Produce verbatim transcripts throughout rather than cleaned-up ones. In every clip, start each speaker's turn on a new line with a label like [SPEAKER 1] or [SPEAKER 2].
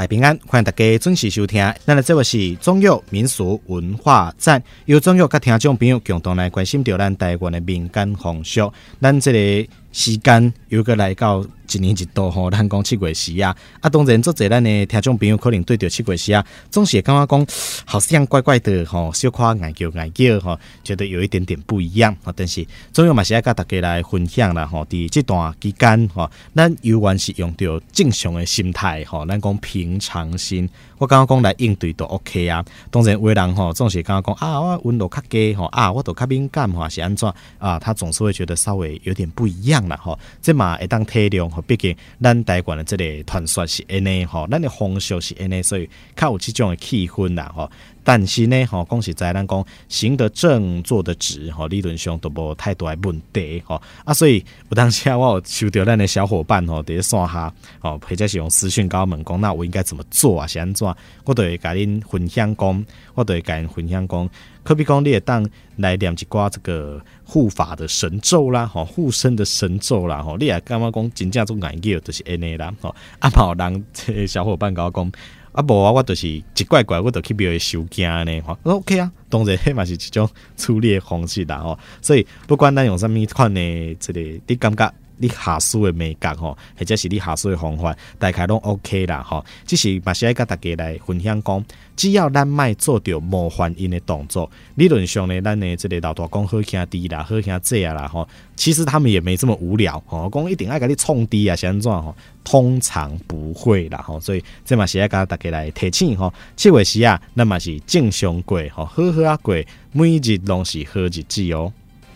[SPEAKER 1] 大家平安，欢迎大家准时收听。咱的这位是中药民俗文化站，由中药甲听众朋友共同来关心到咱台湾的民间风俗。咱这个时间又个来到一年一度吼，咱讲七月时啊，啊当然做侪咱的听众朋友可能对着七月时啊，总是会感觉讲好像怪怪的吼，小可爱叫爱叫吼，觉得有一点点不一样。但是中药嘛是要甲大家来分享啦吼，伫这段期间吼，咱永远是用着正常的心态吼，咱讲平常心，我感觉讲来应对都 OK 啊。当然有的人吼总是感觉讲啊，我温度较低吼啊，我都较敏感吼，是安怎啊？他总是会觉得稍微有点不一样啦吼。这嘛会当体谅吼，毕竟咱台湾的这个传说是安尼吼，咱的风俗是安尼，所以较有这种的气氛啦吼。但是呢吼，讲实在咱讲行得正坐得直吼，理论上都无太大的问题吼啊，所以有当时我有收到咱的小伙伴吼，伫咧线下吼，或者是用私讯跟我问讲，那我应该怎么做啊？是安怎？我就会甲恁分享讲，我就会甲恁分享讲，可比讲你会当来念一寡这个护法的神咒啦，吼护身的神咒啦，吼你也感觉讲真正做眼叫就是安尼啦，吼啊嘛有人这个小伙伴甲我讲。啊无啊，我就是一怪怪，我就去庙里收惊呢。吼 ，OK 啊，当然迄嘛是一种处理的方式啦吼。所以不管咱用什么款的这个，你感觉你下书的美感吼，或者是你下书的方法，大概拢 OK 啦吼。只是嘛是爱甲大家来分享讲，只要咱莫做到冒犯因的动作，理论上呢，咱的这个老大公好兄弟啦，好兄姐啊啦吼，其实他们也没这么无聊吼，讲一定爱甲你冲低啊，是安怎吼？通常不会啦吼，所以这嘛是要甲大家来提醒吼。七月时啊，咱嘛是正常过吼，好好啊过，每日拢是好日子哦。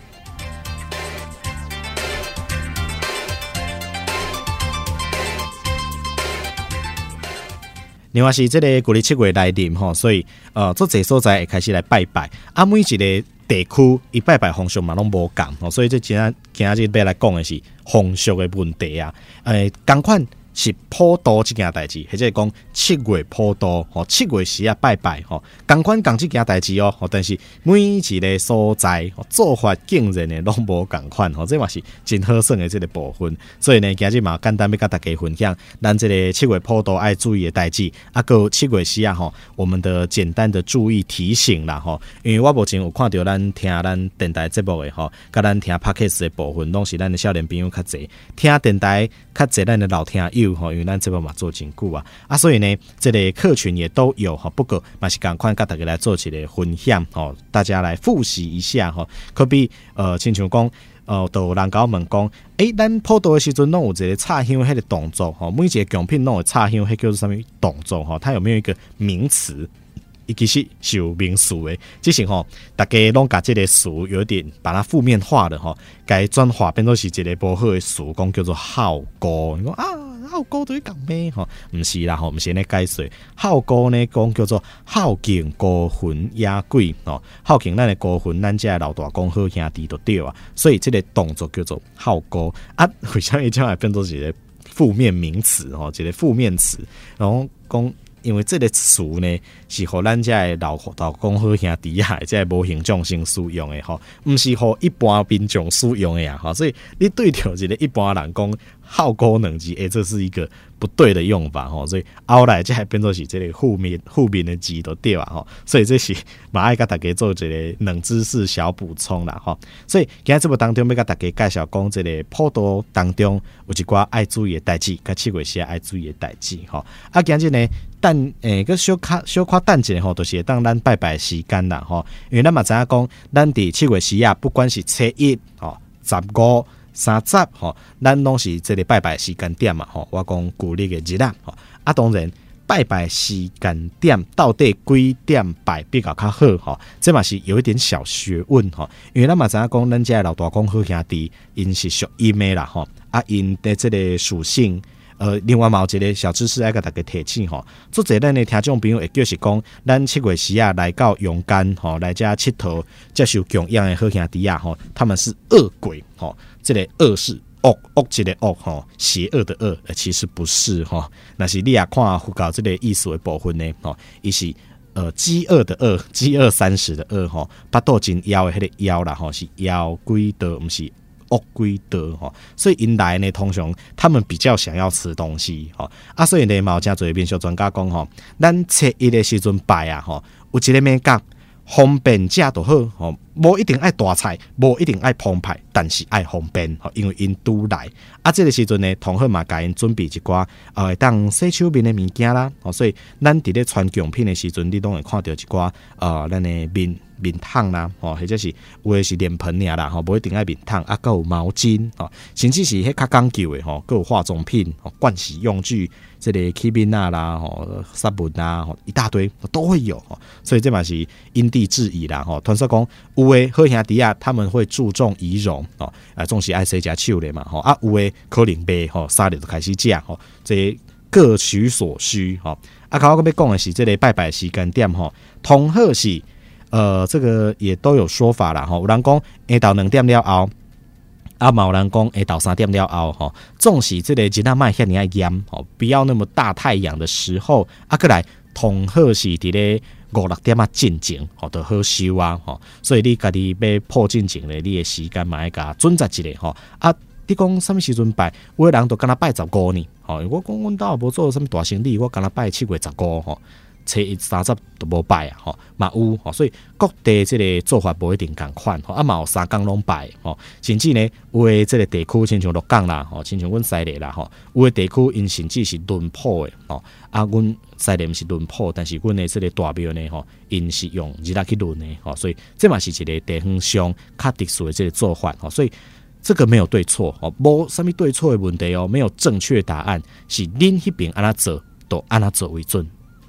[SPEAKER 1] 另外是这个旧历七月来临吼，所以呃，做这所在会开始来拜拜啊，每一个地区伊拜拜风俗嘛拢无共吼，所以这今仔今仔日要来讲的是风俗的问题啊，诶，同款是普渡这件代志，或者讲七月普渡吼，七月时啊拜拜吼，同款讲这件代志哦，但是每一个所在做法竟然呢拢无共款吼，这嘛是真好耍的这个部分。所以呢，今日嘛简单要甲大家分享咱这个七月普渡爱注意的代志，啊，个七月时啊吼，我们的简单的注意提醒啦吼，因为我目前有看到咱听咱电台节目的吼，甲咱听 Podcast 的部分，拢是咱的少年朋友较侪，听电台较侪咱的老听友。因为咱这边嘛做真久啊，啊，所以呢，这个客群也都有哈。不过嘛是赶快跟大家来做一个分享哦，大家来复习一下哈。可比呃，亲像讲呃，都有人甲我问讲，诶、欸，咱普渡的时阵，弄有一个插香迄个动作哈，每一个贡品弄有插香，迄叫做什么动作哈？它有没有一个名词？伊其实是有名词的，只是吼，大家拢把这个词有点把它负面化了吼，改转化变做是一个不好的词，讲叫做好歌。你讲啊，好歌都会讲咩？吼，唔是啦，吼，唔是咧解说。好歌呢，讲叫做孝敬孤魂野鬼吼，孝敬咱的孤魂，咱这老大公好兄弟就对啊。所以这个动作叫做好歌啊，为什么一将来变做一个负面名词吼，一个负面词，然后讲。因为这个词呢，是予咱这的老老公好兄弟啊，这无形象性使用的吼，不是予一般民众使用的啊，所以你对着一个一般人讲好歌两字，诶，这是一个不对的用法吼，所以后来这还变作是这个负面负面的字都对啊吼，所以这是嘛爱甲大家做一个冷知识小补充啦吼，所以今日节目当中要甲大家介绍讲这个普渡当中有一寡爱注意的代志，甲七月时爱注意的代志吼，啊，今日呢。但诶，个小卡小可等一下吼，就是当咱拜拜时间啦吼。因为咱嘛知影讲，咱伫七月时啊，不管是初一吼、十五、三十吼，咱拢是这个拜拜时间点嘛吼。我讲旧历的日啦吼，啊，当然拜拜时间点到底几点拜比较较好吼？这嘛是有一点小学问吼。因为咱嘛知影讲，咱家老大公好兄弟，因是属阴的啦吼，啊，因的这个属性。呃，另外嘛有一个小知识要给大家提醒吼，做这咱的听众朋友会就是讲，咱七月时啊来到阳间吼，来遮佚佗接受供养的好兄弟啊吼，他们是恶鬼吼，这个恶是恶恶这个恶吼，邪恶的恶，其实不是吼，那是你也看佛教这个意思的部分呢吼，伊是呃饥饿的饿，饥饿三十的饿吼，巴肚真枵的迄个枵啦吼，是枵鬼的，不是恶鬼道吼，所以因来呢，通常他们比较想要吃东西吼，啊，所以呢，嘛有真侪民俗专家讲吼，咱初一的时阵拜啊吼，有一个美角。方便食就好，吼，无一定爱大菜，无一定爱澎湃，但是爱方便，吼，因为因拄来。啊，这个时阵呢，同好嘛，甲因准备一寡呃，当洗手面的物件啦，吼，所以咱伫咧穿贡品的时阵，你都会看到一寡呃，咱的面面桶啦，吼，或者是有的是脸盆尔啦，吼，无一定爱面桶，啊，佮有毛巾，吼，甚至是迄较讲究的，吼，佮有化妆品、吼，盥洗用具。这个起面啊啦，吼，纱布啊，吼，一大堆都会有，所以这嘛是因地制宜啦，吼。传说讲有诶好兄弟啊，他们会注重仪容，哦，啊，总是爱洗食手的嘛，吼，啊，有诶可能袂吼，三日就开始食，吼，这各取所需，吼。啊，刚刚要讲的是这个拜拜时间点，吼，同好是呃，这个也都有说法啦，吼，有人讲下昼两点了后。啊，嘛有人讲，下昼三点了后，吼，纵使这个日仔莫遐尔啊炎，吼，不要那么大太阳的时候，啊，过来同好是伫咧五六点啊进前，吼，就好收啊，吼，所以你家己要破进前咧，你的时间嘛要甲准则一下，吼，啊，你讲什么时阵拜？有的人都敢若拜十五呢，吼，我讲阮兜无做什么大生意，我敢若拜七月十五，吼。初一三十都无拜啊，吼，嘛有吼，所以各地这个做法不一定共款，吼，啊嘛有三工拢拜，吼，甚至呢有诶这个地区，亲像鹿港啦，吼，亲像阮西螺啦，吼，有诶地区因甚至是轮铺诶，吼，啊，阮西螺毋是轮铺，但是阮诶这个大庙呢，吼，因是用日来去轮诶，吼，所以这嘛是一个地方上较特殊诶这个做法，吼，所以这个没有对错，吼，无啥物对错诶问题哦，没有正确答案，是恁迄边安怎做，都安怎做为准。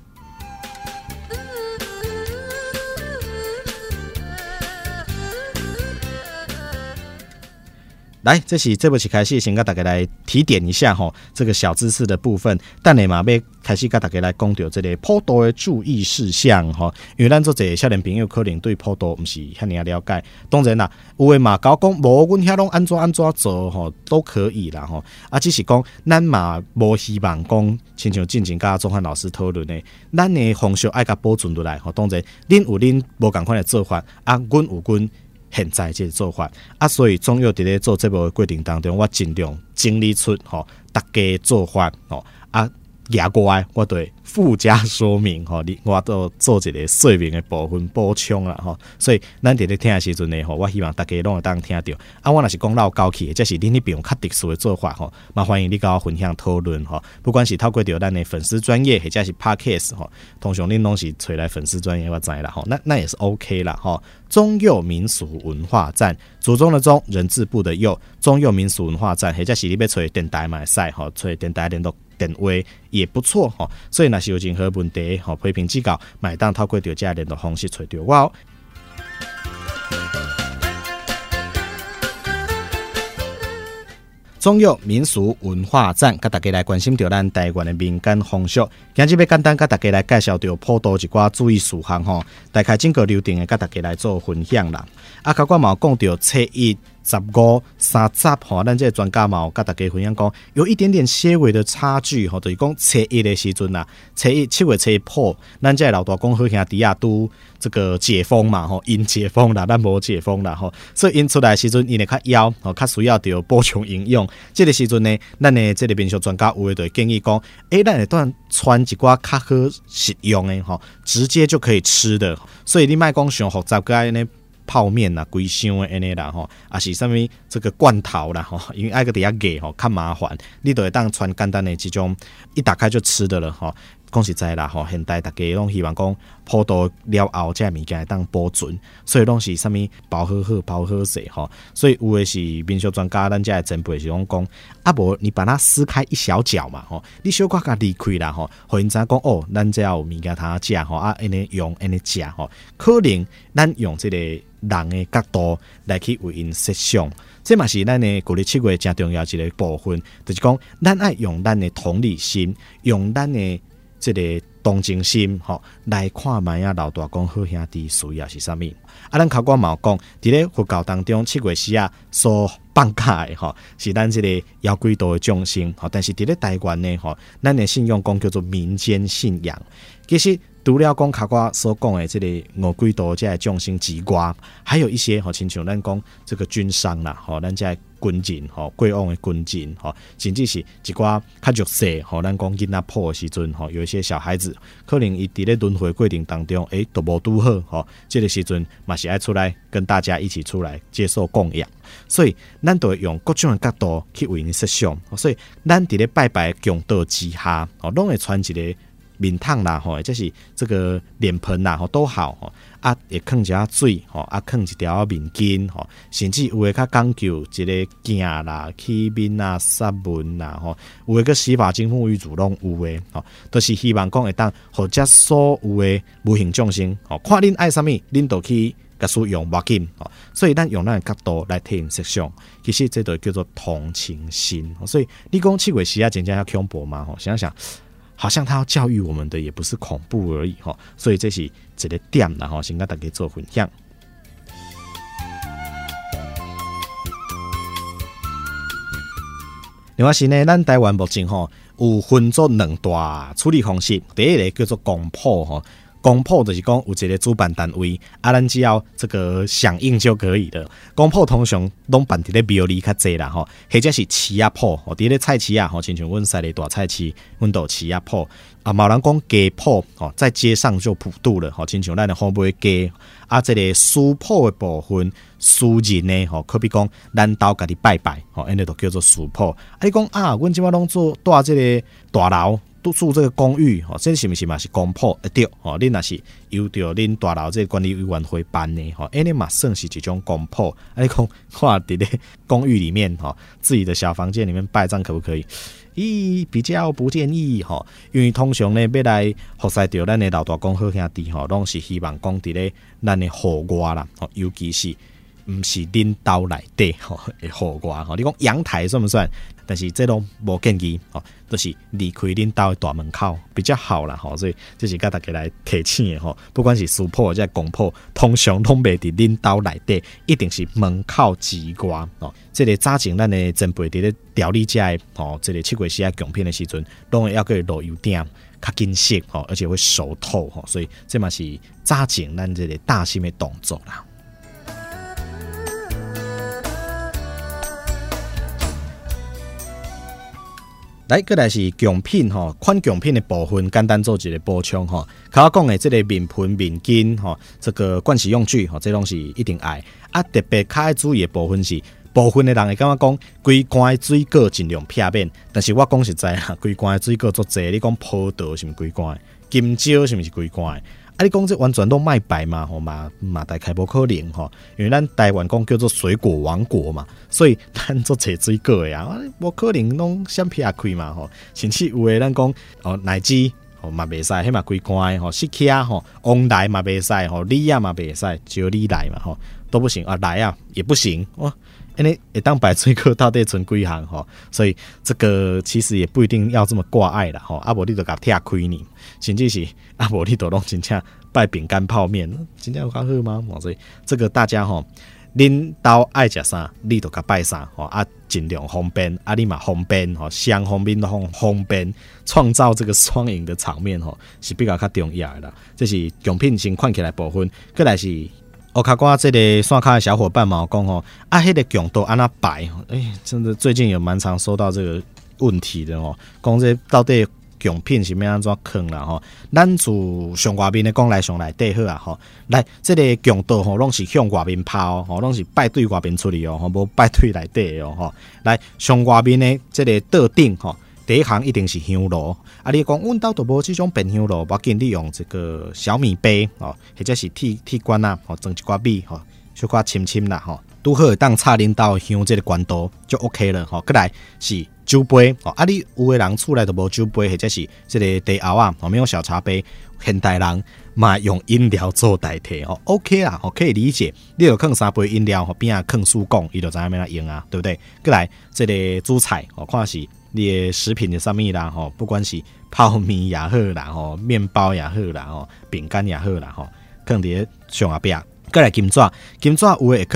[SPEAKER 1] 来，这是这部期开始，先跟大家来提点一下吼，这个小知识的部分。等下嘛，要开始跟大家来讲到这个普渡的注意事项吼，因为咱做这少年朋友可能对普渡不是遐尔了解。当然啦，有的嘛搞讲无，阮遐拢安怎安怎做吼，都可以啦吼。啊，只是讲咱嘛无希望讲，亲像进前甲钟汉老师讨论的，咱的方式爱甲保存落来吼。当然，恁有恁无共款的做法，啊，阮有阮。现在这个做法啊，所以总要伫咧做这部的过程当中，我尽量整理出吼大家做法吼啊，额外我对附加说明吼，你我都做一个说明的部分补充啦吼。所以咱伫咧听的时阵呢吼，我希望大家拢会当听到。啊，我若是讲老高去，这是恁那边较特殊的做法吼，嘛欢迎你跟我分享讨论吼。不管是透过着咱的粉丝专页，或者是 Podcast 吼，通常恁拢是找来粉丝专页我知啦吼，那那也是 OK 啦吼。中佑民俗文化站，祖宗的宗，人字部的佑，中佑民俗文化站，或者是你要找电台嘛会使吼，找电台联络电话也不错吼。所以若是有任何问题吼，批评指教，买当透过着这联络方式找着我哦。中佑民俗文化站，甲大家来关心到咱台湾的民间风俗。今日要简单甲大家来介绍到普渡一寡注意事项吼，大概整个流程的甲大家来做分享啦。啊，刚刚嘛有讲到初一、十五、三十吼，咱这个专家嘛有甲大家分享讲，有一点点些微的差距吼，就是讲初一的时阵啦，初一七月初一普，咱这老大公好兄弟啊都这个解封嘛吼，因解封啦，咱无解封啦吼，所以因出来的时阵，因会较枵吼，较需要着补充营养。这个时阵呢，咱的这个民俗专家有的就建议讲，诶，咱会当穿一寡较好实用的吼，直接就可以吃的。所以你莫讲上复杂个安尼泡面啦、龟箱的安尼啦吼，啊是啥物这个罐头啦吼，因为爱个底下给吼较麻烦，你都会当穿简单的这种一打开就吃的了吼。讲实在啦吼，现代大家拢希望讲普渡了后，这物件会当保存，所以拢是啥物包好好、包好势吼。所以有的是民俗专家，咱这前辈是讲讲，啊无你把它撕开一小角嘛吼，你小可甲离开啦吼，互因知讲哦，咱这有物件通食吼，啊安尼用安尼食吼，可能咱用这个人的角度来去为因设想。这嘛是咱的古历七月真重要一个部分，就是讲咱爱用咱的同理心，用咱的这个同情心吼来看卖啊老大公好兄弟需要是啥物啊？咱考官嘛有讲，伫咧佛教当中七月时啊所放假的吼，是咱这个妖鬼道的众生吼。但是伫咧台湾呢吼，咱的信仰讲叫做民间信仰。其实除了讲卡瓜所讲的这个五鬼道这个众生之外，还有一些吼，亲像咱讲这个军商啦，吼，咱这军人吼，过往的军人吼，甚至是一寡较弱势吼，咱讲囡仔破的时阵吼，有一些小孩子可能伊伫咧轮回过程当中，诶、欸，都无拄好吼，这个时阵嘛是爱出来跟大家一起出来接受供养，所以咱都会用各种的角度去为你设想，所以咱伫咧拜拜供道之下，吼，拢会传一个面桶啦，吼，这是这个脸盆啦，吼都好，吼啊，会放一下水，吼啊，放一条面巾，吼，甚至有诶较讲究一个镜啦、起面啊、纱纹啦，吼，有诶个洗发精、沐浴乳拢有诶，吼，都是希望讲会当，或者所有诶无形众生，吼，看恁爱啥物，恁就去甲使用无要紧，吼，所以咱用咱诶角度来替因设想，其实这就叫做同情心，所以你讲七月时啊，真正要恐怖嘛，吼，想想。好像他要教育我们的也不是恐怖而已哈，所以这是一个点啦哈，先跟大家做分享。另外是呢，咱台湾目前吼有分做两大处理方式，第一个叫做公谱吼。公谱就是讲有一个主办单位，啊，咱只要这个响应就可以了。公谱通常拢办伫咧庙里较济啦吼，或者是市啊谱，吼，伫咧菜市啊，吼，亲像阮西里大菜市，阮都市啊谱，啊，嘛有人讲街谱，吼，在街上就普渡了，吼，亲像咱的好买街，啊，这个私谱的部分，私人呢，吼，可比讲咱兜家己拜拜，吼，安尼就叫做私谱。啊，你讲啊，阮即摆拢做住这个大楼。住这个公寓，吼，这是不是嘛是公铺？对，吼，恁若是由着恁大楼这管理委员会办呢，吼，安尼嘛算是一种公铺。啊，你讲话伫咧公寓里面，吼，自己的小房间里面拜这样可不可以？咦，比较不建议，吼，因为通常呢，要来服侍着咱的老大公好兄弟，吼，拢是希望讲伫咧咱的户外啦，吼，尤其是毋是恁兜内底，吼，的户外，吼，你讲阳台算不算？但是这拢无建议，吼，都是离开恁兜的大门口比较好啦，吼，所以这是甲大家来提醒的，吼，不管是私铺或者公铺，通常拢袂伫恁兜内底，一定是门口之外，哦，这个早前咱的前辈伫咧调理遮的，哦，这个七月时啊供品的时阵，拢会要个落油点，较紧实，吼，而且会熟透，吼，所以这嘛是早前咱这个大心的动作啦。来，过来是供品吼，款供品的部分，简单做一个补充吼。较我讲的这个面盆、面巾吼，这个盥洗用具吼，这拢是一定爱。啊，特别较爱注意的部分是，部分的人会感觉讲，规罐的水果尽量避免。但是我讲实在啦，规罐的水果足济，你讲葡萄是毋是规罐的？金蕉是毋是规罐的？啊，你讲这完全都卖白嘛？吼嘛嘛，大概无可能吼，因为咱台湾讲叫做水果王国嘛，所以咱做侪水果的啊，无可能拢闪撇开嘛吼。甚至有诶，咱讲哦奶汁吼嘛袂使，迄嘛规罐的吼，西奇啊吼，旺来嘛袂使吼，梨啊嘛袂使，只有梨来嘛吼都不行啊，来啊也不行哇。因为会当摆水果到底存几项吼，所以这个其实也不一定要这么挂碍啦吼。啊无你就甲拆开呢，甚至是啊无你就拢真正拜饼干泡面，真正有较好吗？所以这个大家吼，恁兜爱食啥，你就甲拜啥吼啊，尽量方便啊，你嘛方便吼，双方面都方便，创造这个双赢的场面吼，是比较较重要的啦。这是供品先看起来部分，过来是。我看过这个刷卡的小伙伴嘛，讲吼啊，迄个供都安那摆，哎，真的最近有蛮常收到这个问题的哦。讲这到底供品是要安怎放啦吼？咱自上外面的讲来上内底好啊吼，来这个供道吼，拢是向外面抛吼，拢是拜对外面出去哦，吼，无拜对内底哦吼。来上外面的这个道顶吼。第一行一定是香炉，啊！你讲阮兜都无这种便香炉，我建议用这个小米杯哦，或者是铁铁罐啊，哦，装一寡米吼，小可深深啦吼，拄好会当插恁兜香这个管道就 OK 了吼。过来是酒杯哦，啊！你有的人厝内都无酒杯，或者是这个茶甌啊，我们用小茶杯。现代人嘛用饮料做代替哦 ，OK 啦，哦可以理解。你有放三杯饮料，吼边啊放水果，伊就知影要哪用啊，对不对？过来这个主菜哦，看是。你的食品的上面啦，吼，不管是泡面也好啦，吼，面包也好啦，吼，饼干也好啦，吼，放伫上下边。过来金纸，金纸有诶放诶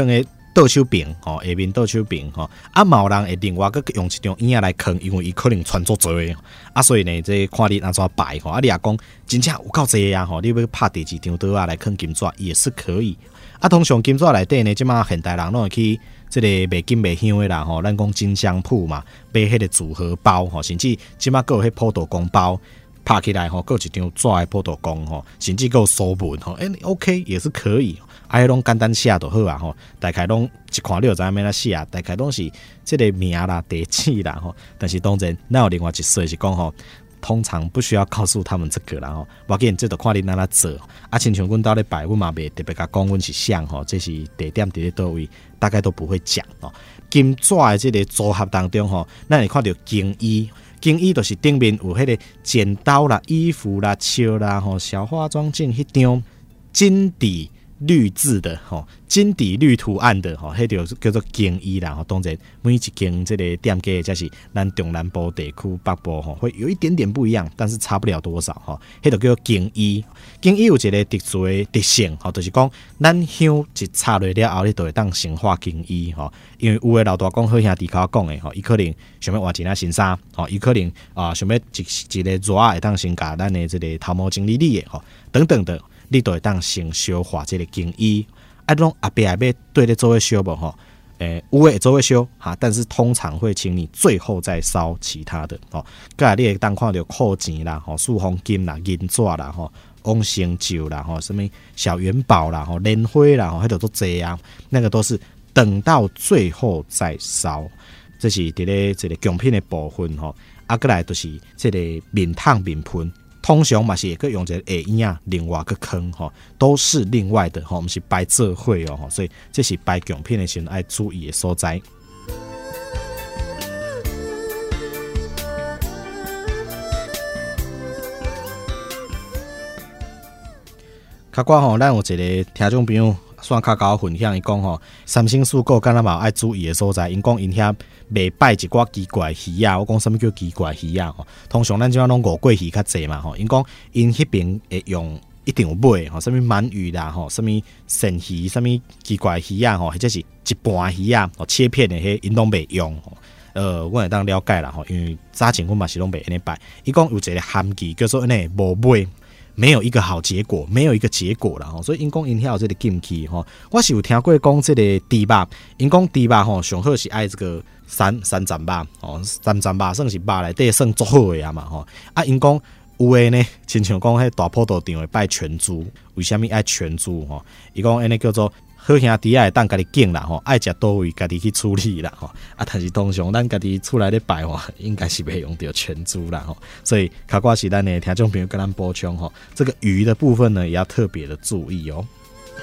[SPEAKER 1] 倒手柄吼，下面倒手柄吼，啊，嘛有人会另外个用一张椅仔来扛，因为伊可能穿足多啊，所以呢，这看你安怎摆吼，啊，你也讲真正有够济啊吼，你要拍第二张桌啊来扛金纸也是可以。啊，通常金纸内底呢，即马现代人拢会去即个卖金卖香的啦吼，咱讲金香铺嘛，买迄个组合包吼，甚至即马还有迄普渡公包。拍起来吼，还有一张纸的普渡公吼，甚至还有书文吼，哎、欸、，OK 也是可以，啊，迄拢简单写就好啊吼，大概拢一看你就知影要怎写，大概拢是即个名啦、地址啦吼，但是当然，咱有另外一说是讲吼，通常不需要告诉他们这个啦吼，我见这就看你哪哪做，啊，亲像阮兜咧摆，阮嘛袂特别甲讲阮是啥吼，这是地点伫咧倒位，大概都不会讲哦。金纸的这个组合当中吼，咱会看到金衣。金衣就是顶面有迄个剪刀啦、衣服啦、笑啦、吼小化妆镜迄张金底绿字的吼，金底绿图案的吼，迄就叫做金衣啦。吼，当然每一间这个店家，就是咱中南部地区、北部吼，会有一点点不一样，但是差不了多少吼。迄就叫做金衣。金衣有一个特殊的特性吼，就是讲咱香一插落了后，你就会当生化金衣吼。因为有的老大公好兄弟口讲的吼，伊可能想要换一件新衫吼，伊可能啊、呃、想要一一个纸会当先甲咱的这个头毛整理理的吼，等等的，你都会当先烧化这个金衣。啊，拢后壁要对咧做伙烧无吼？诶、欸，有诶做伙烧哈，但是通常会请你最后再烧其他的吼。再来你会当看到扣钱啦、吼四方金啦、银纸啦、吼往生咒啦、吼什么小元宝啦、吼莲花啦、吼迄都都这啊，那个都是等到最后再烧。这是伫咧这个贡品的部分吼。啊，再来就是这个面烫面喷。通常嘛是会用一个下椅啊，另外个坑吼，都是另外的吼，我们是摆做伙哦，所以这是摆贡品的时候要注意的所在。较寡吼，咱有一个听众朋友算较高分享，伊讲吼，三星四果敢若嘛爱注意的所在，因讲因遐袂摆一寡奇怪鱼啊，我讲什么叫奇怪鱼啊？吼，通常咱即摆拢五桂鱼较济嘛，吼，因讲因迄边会用一定有买吼，什么鳗鱼啦，吼，什么鳝鱼，什么奇怪鱼啊，吼，或者是一盘鱼啊，吼，切片的迄因拢袂用吼。呃，我会当了解啦，吼，因为早前我嘛是拢袂安尼摆，伊讲有一个含义叫做安尼无买。没有一个好结果，没有一个结果啦吼，所以因讲因遐有这个禁忌吼，我是有听过讲这个猪肉，因讲猪肉吼上好是爱这个三三层肉吼，三层肉算是肉内底算足好的啊嘛吼，啊因讲有诶呢，亲像讲迄大埔道场会拜全猪，为虾米爱全猪吼？伊讲安尼叫做。好兄弟啊，会当家己拣啦吼，爱食倒位家己去处理啦吼。啊，但是通常咱家己厝内咧摆吼，应该是袂用到全猪啦吼。所以，卡挂是咱的听众朋友跟咱补充吼，这个鱼的部分呢，也要特别的注意哦。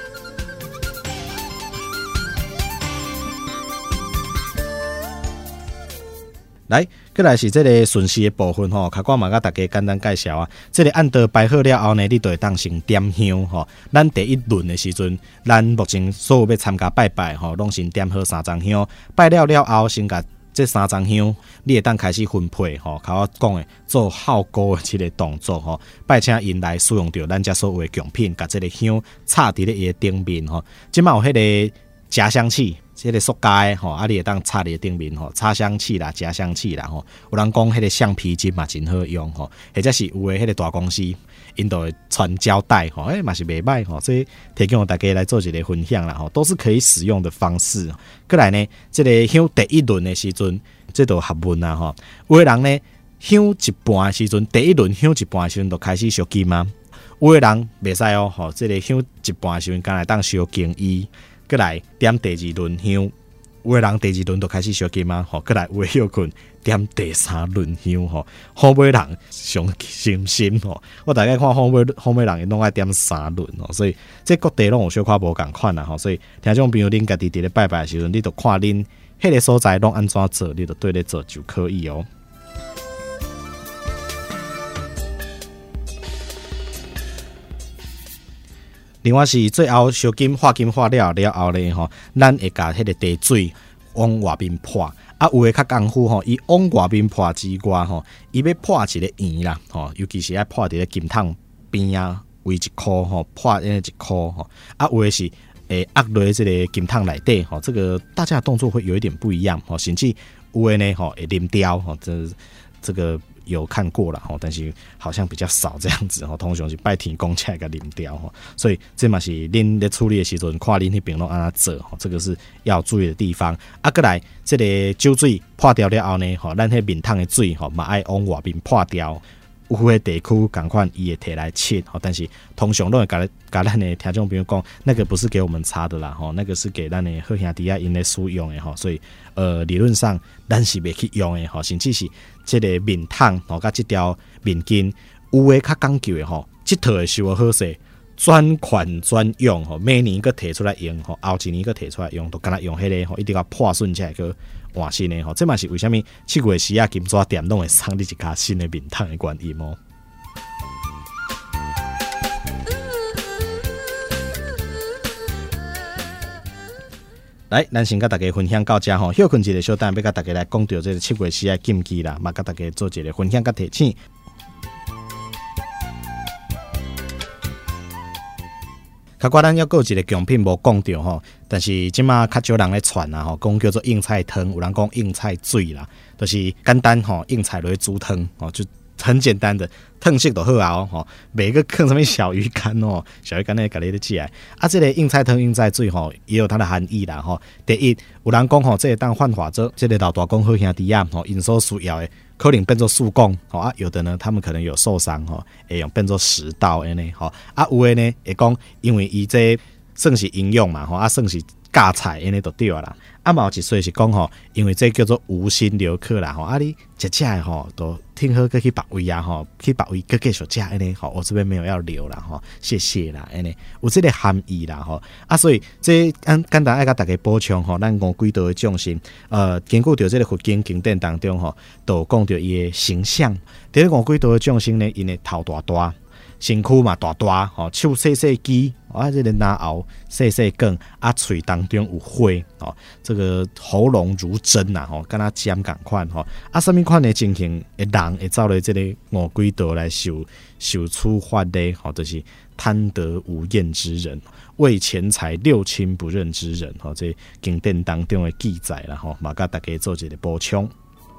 [SPEAKER 1] 来，再来是这个顺序的部分吼，卡我嘛甲大家简单介绍啊。这个按道摆好了后呢，你就会当先点香吼。咱第一轮的时阵，咱目前所有要参加拜拜吼，拢先点好三张香。拜了了后，先甲这三张香，你会当开始分配吼。卡我讲的做效果的这个动作吼，拜请因来使用到咱遮所有的贡品，甲这个香插伫咧伊的顶面吼。即马有迄个夹香器。这个塑胶的吼，啊，你会当插伫顶面吼，插香器啦、夹香器啦吼。有人讲迄个橡皮筋嘛真好用吼，或者是有诶迄个大公司，因都会传胶带吼，诶嘛是袂歹吼，所以提供大家来做一个分享啦吼，都是可以使用的方式。过来呢，这个香第一轮的时阵，这都合文啦吼。有诶人呢，香一半的时阵，第一轮香一半的时阵就开始烧金啊。有诶人袂使哦，吼，这个香一半的时阵，敢来当烧金衣。过来点第二轮香，有的人第二轮就开始烧金啊，吼，过来有的休困点第三轮香吼，好买人上心心吼，我大概看好买好买人拢爱点三轮吼，所以这各地拢有小可无共款啦吼，所以听众朋友恁家己伫咧拜拜的时阵，你就看恁迄个所在拢安怎做，你就对咧做就可以哦。另外是最后烧金化金化了了后咧吼，咱会甲迄个茶水往外面泼，啊有诶较功夫吼，伊往外面泼之外吼，伊要泼一个圆啦吼，尤其是爱泼伫咧金桶边啊，围一箍吼，泼因一箍吼，啊有诶是诶压落这个金汤内底吼，这个大家的动作会有一点不一样吼，甚至有的呢吼会啉掉吼，这这个有看过了吼，但是好像比较少这样子吼，通常是拜天公才会啉掉吼，所以这嘛是恁在处理的时阵，看恁那边拢安怎做吼，这个是要注意的地方。啊，过来这个酒水破掉了后呢，吼，咱迄面汤的水吼嘛爱往外面破掉。有些地区赶快伊会摕来切，但是通常都会甲甲咱的听众朋友讲，那个不是给我们擦的啦，吼，那个是给咱的好兄弟啊因来使用的吼，所以呃理论上咱是袂去用的吼，甚至是这个面汤吼，甲这条面巾有诶较讲究的吼，这套的收好势，专款专用吼，每年个摕出来用吼，后一年个摕出来用，都敢若用迄、那个吼，一定要破顺起来个。换新的吼，这嘛是为什么七月时啊金纸店拢会送你一卡新的面汤的原因哦。来，咱先甲大家分享到这吼，休困一个小等，要甲大家来讲到这个七月时啊禁忌啦，嘛甲大家做一个分享甲提醒。较寡咱还有一个奖品无讲到吼，但是即马较少人咧传啦吼，讲叫做硬菜汤，有人讲硬菜水啦，就是简单吼，硬菜落去煮汤吼，就很简单的汤色就好啊吼，每个放什么小鱼干哦，小鱼干咧甲你咧食啊，这个硬菜汤、硬菜水吼，也有它的含义啦吼。第一，有人讲吼，这个当幻化做这个老大公好兄弟啊吼，因所需要的。可能变做速供吼啊，有的呢，他们可能有受伤吼，会用变做食道安尼吼啊，有的呢会讲，因为伊这算是营养嘛吼啊，算是加菜安尼就对啦。啊，嘛有一说是讲吼，因为这叫做无心留客啦吼啊，你食食的吼，都听好个去别位啊吼，去别位个继续食安尼吼，我这边没有要留啦吼，谢谢啦安尼，有这个含义啦吼啊，所以这简简单爱甲大家补充吼，咱五鬼道的众生，呃，根据着这个佛经经典当中吼，都讲到伊的形象，第一五鬼道的众生呢，因的头大大。身躯嘛大大，吼手细细肌，啊，这个牙螯细细根，啊，嘴当中有火，哦，这个喉咙如针呐，吼，跟他尖共款，吼，啊，什么款的情形，人会走来这个五鬼道来受受处罚的，吼，就是贪得无厌之人，为钱财六亲不认之人，吼，这经典当中的记载啦，吼，嘛，甲大家做一个补充。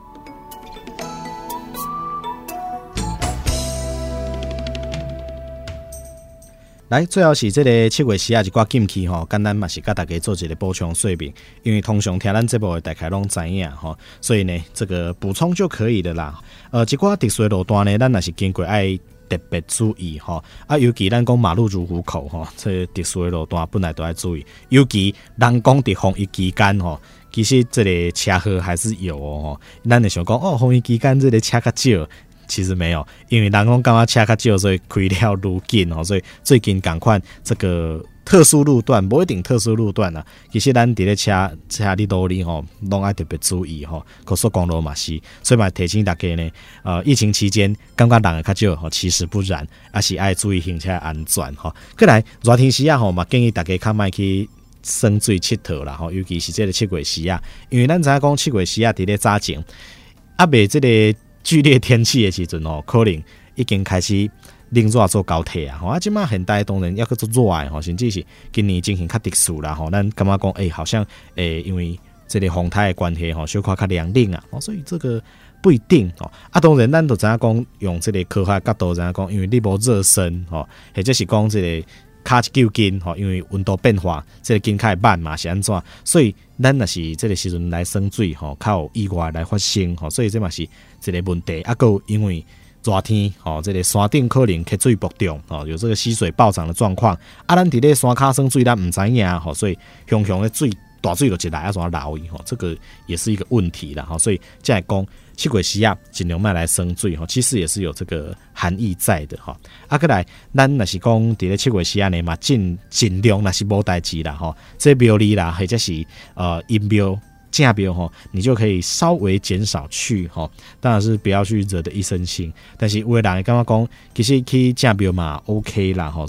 [SPEAKER 1] 来，最后是这个七月时啊，一寡禁忌吼，简单嘛是甲大家做一个补充说明，因为通常听咱节目的大概拢知影吼，所以呢，这个补充就可以的啦。呃，一寡特殊的路段呢，咱也是经过爱特别注意吼，啊，尤其咱讲马路如虎口吼，这特殊的路段本来都要注意，尤其人讲伫防疫期间吼，其实这个车祸还是有哦，咱会想讲哦，防疫期间这个车较少。其实没有，因为人讲感觉车较少，所以开了路紧哦，所以最近赶快这个特殊路段，不一定特殊路段啊。其实咱伫咧车车里道里吼，拢爱特别注意吼，高速公路嘛是，所以嘛提醒大家呢，呃，疫情期间感觉人较少吼，其实不然，还是爱注意行车安全吼。过来热天时啊吼，嘛建议大家较莫去耍水佚佗啦吼，尤其是这个七月时啊，因为咱知影讲七月时啊伫咧早前，啊未这个。剧烈天气的时阵哦，可能已经开始冷热做交替啊！吼啊，即马现代当然要去做热的吼，甚至是今年情形较特殊啦吼，咱感觉讲诶，好像诶，因为这个风台的关系吼，小可较凉冷啊，哦，所以这个不一定哦。啊，当然咱都知影讲用这个科学角度知影讲，因为你无热身吼，或者是讲这个。卡一筋吼，因为温度变化，这个筋较会慢嘛是安怎？所以咱若是这个时阵来耍水吼，较有意外来发生吼，所以这嘛是一个问题。啊，够因为热天吼，这个山顶可能缺水不重吼，有这个溪水暴涨的状况。啊，咱伫咧山骹耍水，咱唔知影吼，所以熊熊的水大水就一来啊，怎流伊吼，这个也是一个问题啦吼，所以这样讲。七月时啊，尽量卖来生水吼，其实也是有这个含义在的哈。啊，过来，咱若是讲伫咧七月时啊呢嘛，尽尽量若是无代志啦吼，这庙里啦，或者是呃阴庙、正庙吼，你就可以稍微减少去吼。当然是不要去惹得一身腥，但是有的人会感觉讲，其实去正庙嘛 OK 啦吼，所以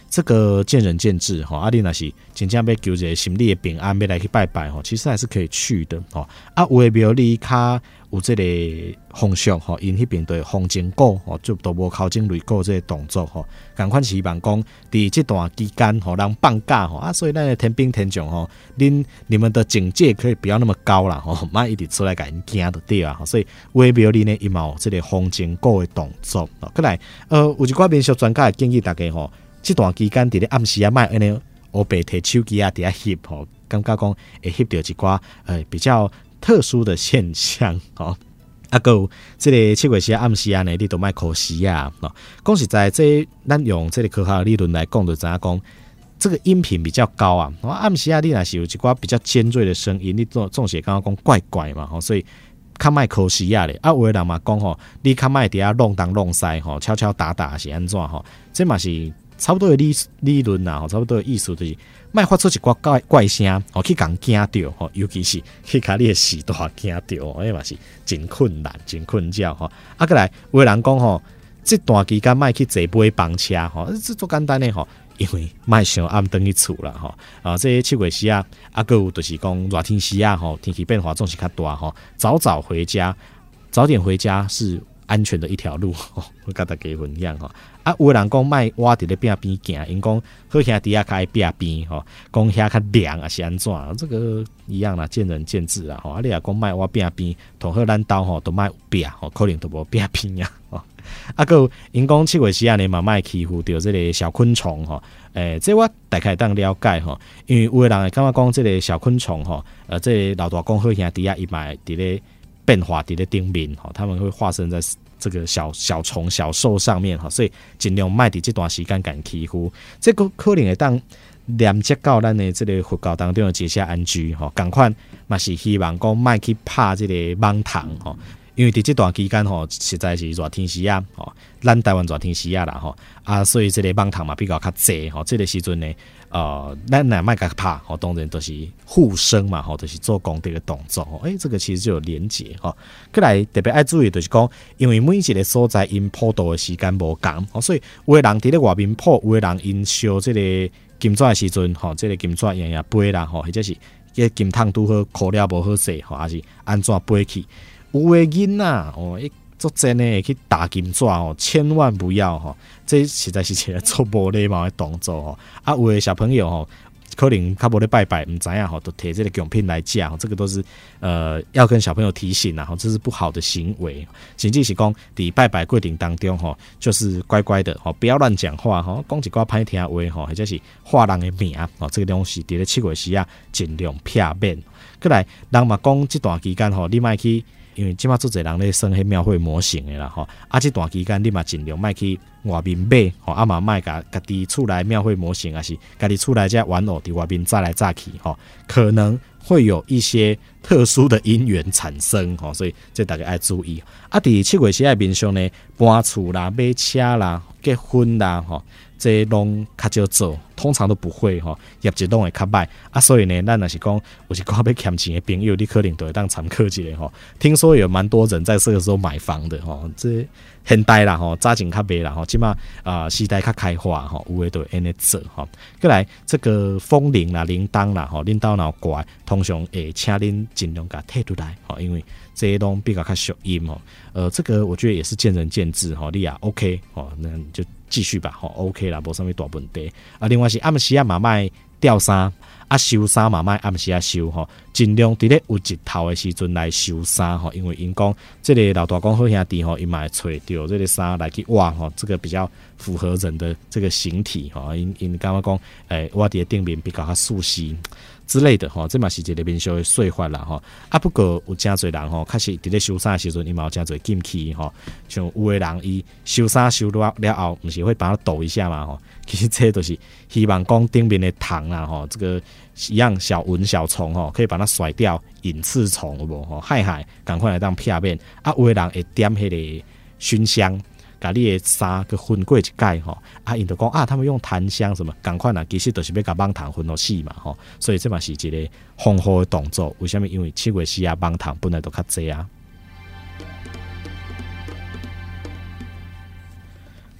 [SPEAKER 1] 这个见仁见智吼。啊，你若是真正要求一个心理的平安，要来去拜拜吼，其实还是可以去的吼。啊，有的庙里较有这个风俗吼，因迄边对风景鼓吼，就都无靠近擂鼓这个动作吼。共款是希望讲，伫这段期间吼，人放假吼啊，所以咱的天兵天将吼，恁你们的警戒可以不要那么高啦吼，莫一直出来甲因惊就对啊。所以有的庙里呢，伊嘛有这个风景鼓的动作。过来，呃，有一寡民俗专家会建议大家吼。这段期间，伫咧暗时啊，卖安尼黑白摕手机啊，伫遐翕吼，感觉讲会翕到一寡呃比较特殊的现象吼。啊，还有这个七月时暗时啊呢，你都卖考时啊。哦，讲实在，这咱用这个科学理论来讲，就知影讲这个音频比较高啊。哦，暗时啊，你若是有一寡比较尖锐的声音，你总总是感觉讲怪怪嘛。吼，所以较卖考时啊咧。啊，有的人嘛讲吼，你较卖伫遐弄东弄西吼，敲敲打打是安怎吼？这嘛是。差不多的理理论啦，差不多的意思就是莫发出一寡怪怪声，哦，去共惊到吼，尤其是去甲你的时代惊到，迄嘛是真困难、真困扰吼。啊，过来有人讲吼，这段期间莫去坐买房车吼，这做简单的吼，因为莫想暗转去厝啦吼。啊，这七月时啊，啊，还有就是讲热天时啊吼，天气变化总是较大吼，早早回家，早点回家是安全的一条路吼，我甲大家分享吼。啊，有人讲卖我伫咧边边行，因讲好兄弟啊，较爱边边吼，讲遐较凉啊是安怎？这个一样啦，见仁见智啊吼。啊，你若讲卖我边边，同好咱兜吼都卖有边吼，可能都无边边啊吼。啊，还有因讲七月时啊，你嘛卖欺负到这个小昆虫吼。诶，这我大概当了解吼，因为有的人会感觉讲这个小昆虫吼，呃，这个老大公好兄弟啊，伊嘛伫咧变化伫咧顶面吼，他们会化身在。这个小小虫小兽上面哈，所以尽量卖伫这段时间敢欺负，这个可能会当连接到咱的这个佛教当中的结下安居哈，赶快嘛是希望讲卖去拍这个网糖哈，因为伫这段期间吼，实在是热天时啊，吼，咱台湾热天时啊啦吼，啊，所以这个网糖嘛比较较济吼，这个时阵呢。呃，咱乃卖甲拍吼，当然都是护生嘛，吼，都是做功德的动作吼。诶、欸，这个其实就有连结吼。过来特别爱注意就是讲，因为每一个所在因普渡的时间无同，吼，所以有的人伫咧外面普，有的人因烧这个金纸的时阵，吼，这个金纸样样飞啦，吼，或者是个金汤拄好烤了无好势，吼，还是安怎飞去？有的囡仔哦，一做真的去打金纸哦，千万不要吼。这实在是一个做无礼貌的动作吼，啊，有的小朋友吼，可能较无咧拜拜，唔知影吼，都摕这个奖品来食吼，这个都是呃要跟小朋友提醒啦，吼，这是不好的行为。甚至是讲伫拜拜过程当中吼，就是乖乖的吼，不要乱讲话吼，讲一寡歹听话吼，或者是画人的名吼，这个东西伫咧七月时啊，尽量避免。过来，人嘛讲这段期间吼，你莫去。因为即马做侪人咧算迄庙会模型的啦吼，啊，这段期间你嘛尽量莫去外面买吼，啊嘛莫甲家己厝内庙会模型，还是家己厝内这玩偶伫外面炸来炸去吼，可能会有一些特殊的因缘产生吼，所以这大家要注意。啊，伫七月时的民俗呢，搬厝啦、买车啦、结婚啦吼。这拢较少做，通常都不会吼，业绩拢会较歹啊，所以呢，咱若是讲有一寡要欠钱的朋友，你可能都会当参考一下吼。听说有蛮多人在这个时候买房的吼，这现代啦吼，早前较袂啦吼，即马啊时代较开化吼，有诶都会安尼做吼。过来这个风铃啦、铃铛啦吼，恁兜若怪，通常会请恁尽量甲摕出来吼，因为这些拢比较较属音吼。呃，这个我觉得也是见仁见智吼，你也 OK 吼，那你就。继续吧，吼 OK 啦，无啥物大问题。啊，另外是暗时啊嘛卖吊衫，啊收衫嘛卖暗时啊收吼，尽量伫咧有日头的时阵来收衫吼，因为因讲这个老大公好兄弟吼，伊嘛会找着这个衫来去挖吼，这个比较符合人的这个形体吼，因因感觉讲，诶，挖伫顶面比较较舒适。之类的吼，这嘛是一个民俗的说法啦吼。啊，不过有真侪人吼，确实伫咧收衫的时阵，伊嘛有真侪禁忌吼。像有的人伊收衫收了了后，毋是会把它抖一下嘛吼。其实这都是希望讲顶面的糖啦吼，这个一样小蚊小虫吼，可以把它甩掉，引刺虫有无吼？害害，赶快来当片面。啊，有的人会点迄个熏香。把你的衫给熏过一盖吼，啊，因就讲啊，他们用檀香什么，赶快啦，其实就是要把网糖熏到死嘛吼，所以这嘛是一个防护的动作。为什么？因为七月时啊，网糖本来都较济啊。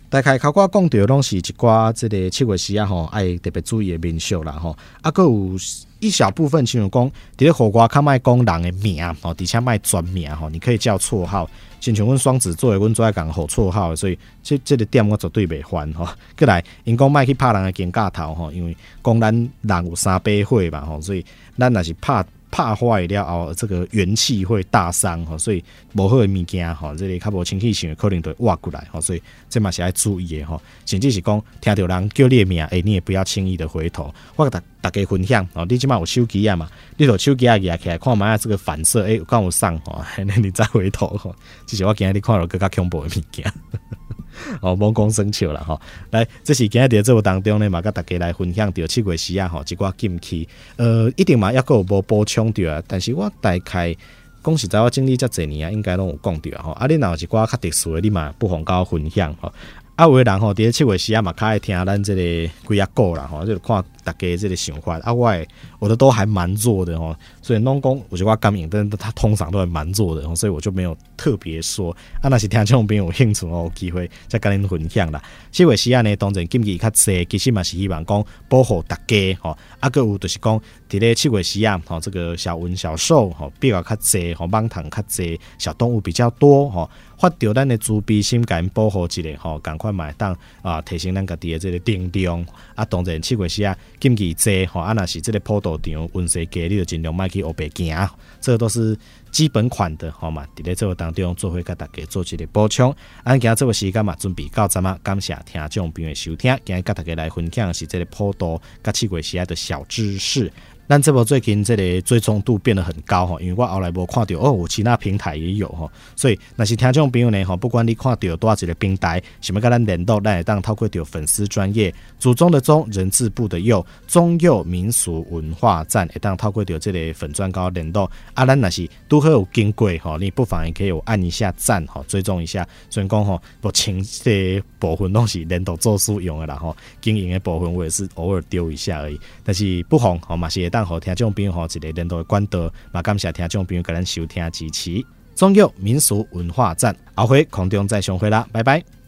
[SPEAKER 1] 大概考我讲到拢是一寡即个七月时啊吼，爱特别注意的民俗啦吼，啊，佫有一小部分像讲，伫咧火锅较莫讲人的名吼，而且莫专名吼，你可以叫绰号。亲像阮双子座的，阮最爱讲互绰号的，所以这这个点我绝对袂烦吼。过来，因讲莫去拍人的肩胛头吼，因为讲咱人有三百火嘛吼，所以咱若是拍。怕坏了后，这个元气会大伤哈，所以无好的物件哈，这里较无清气性可能就会挖过来哈，所以这嘛是要注意的哈。甚至是讲听到人叫你的名，哎，你也不要轻易的回头。我跟大大家分享哦，你即马有手机啊嘛，你就手机啊举起来看嘛，这个反射哎，刚有上哈，那你再回头哈。其实我今日你看到更加恐怖的物件。哦，莫讲生笑啦吼！来，这是今日伫节目当中呢，嘛，甲大家来分享到七月时啊吼，一寡禁忌，呃，一定嘛，抑佫有无补充到啊。但是我大概讲实在，我经历遮侪年啊，应该拢有讲到吼。啊，你若有一寡较特殊的，你嘛不妨甲我分享吼。啊，有的人吼，伫咧七月时啊嘛，较爱听咱这个几啊个啦吼，就看大家这个想法。啊，我我的都还蛮弱的吼，所以拢讲有一寡感应，但是他通常都还蛮弱的，所以我就没有特别说。啊，若是听众朋友有兴趣哦，有机会再跟恁分享啦。七月时啊呢，当然禁忌较济，其实嘛是希望讲保护大家吼。啊，佮有就是讲伫咧七月时啊，吼这个小蚊小兽吼比较较济，吼蠓虫较济，小动物比较多吼。发着咱的慈悲心，甲因保护一下吼，赶快买当啊，提升咱家己的这个定量啊。当然七月时啊，禁忌济吼，啊，若是这个普渡场运势低，你就尽量莫去黑白行，这个都是基本款的吼嘛。伫咧这个当中，做伙甲大家做一个补充。咱今仔这个时间嘛，准备到这嘛，感谢听众朋友的收听。今日甲大家来分享的是这个普渡甲七月时啊的小知识。咱这部最近这个追踪度变得很高哈，因为我后来无看到哦，有其他平台也有哈，所以那是听众朋友呢哈，不管你看到多少一个平台，想要跟咱联络，咱会当透过到粉丝专业祖宗的宗人字部的佑中佑民俗文化站，会当透过到这个粉专高联络。啊，咱那是拄好有经过哈，你不妨也可以有按一下赞哈，追踪一下。虽然讲哈，我清这部分东西联络做事用的啦哈，经营的部分我也是偶尔丢一下而已，但是不妨哈嘛是。好，听众朋友吼一个联络的管道，嘛感谢听众朋友给咱收听支持。中佑民俗文化站，后回空中再相会啦，拜拜。